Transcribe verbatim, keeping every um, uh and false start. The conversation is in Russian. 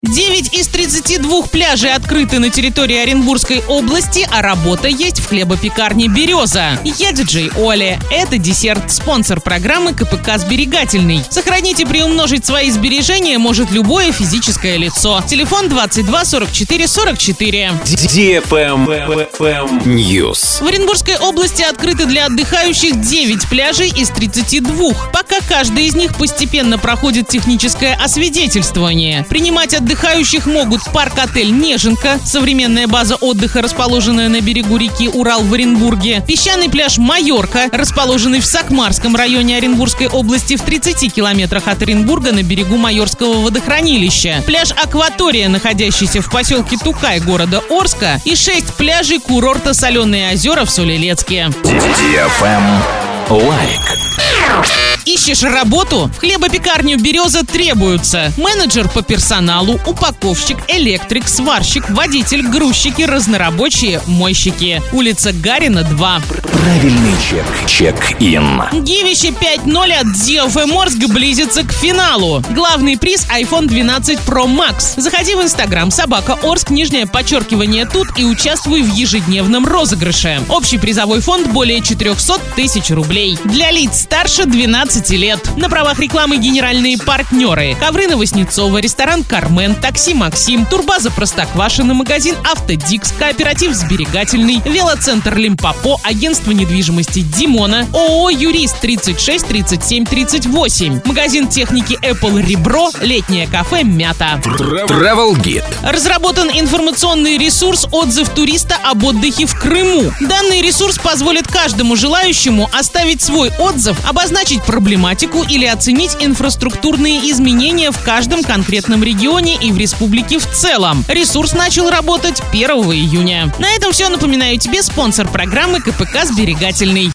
девять из тридцати двух пляжей открыты на территории Оренбургской области, а работа есть в хлебопекарне «Береза». Я диджей Оля. Это десерт, спонсор программы КПК «Сберегательный». Сохранить и приумножить свои сбережения может любое физическое лицо. Телефон двадцать два сорок четыре сорок четыре. News. В Оренбургской области открыты для отдыхающих девять пляжей из тридцати двух. Пока каждый из них постепенно проходит техническое освидетельствование. Принимать отдыхающих могут парк-отель «Неженка», современная база отдыха, расположенная на берегу реки Урал в Оренбурге, песчаный пляж «Майорка», расположенный в Сакмарском районе Оренбургской области в тридцати километрах от Оренбурга на берегу Майорского водохранилища, пляж «Акватория», находящийся в поселке Тукай города Орска, и шесть пляжей курорта «Соленые озера» в Солилецке. Лайк. Ищешь работу? В хлебопекарню «Береза» требуются менеджер по персоналу, упаковщик, электрик, сварщик, водитель, грузчики, разнорабочие, мойщики. Улица Гарина, два. Правильный чек. Чек-ин. Гивище пять ноль от ди эф эм Орск близится к финалу. Главный приз айфон двенадцать про макс. Заходи в инстаграм собака Орск, нижнее подчеркивание тут, и участвуй в ежедневном розыгрыше. Общий призовой фонд более четыреста тысяч рублей. Для лиц старше двенадцати лет. На правах рекламы генеральные партнеры: Ковры Новоснецова, ресторан «Кармен», такси «Максим», турбаза «Простоквашино», магазин «Автодикс», кооператив «Сберегательный», велоцентр «Лимпопо», агентство недвижимости «Димона», ООО «Юрист» тридцать шесть тридцать семь тридцать восемь, магазин техники Apple «Ребро», летнее кафе «Мята». Travel Guide. Разработан информационный ресурс «Отзыв туриста об отдыхе в Крыму». Данный ресурс позволит каждому желающему оставить свой отзыв, обозначить проблематику или оценить инфраструктурные изменения в каждом конкретном регионе и в республике в целом. Ресурс начал работать первого июня. На этом все. Напоминаю тебе спонсор программы КПК «Сберегательный».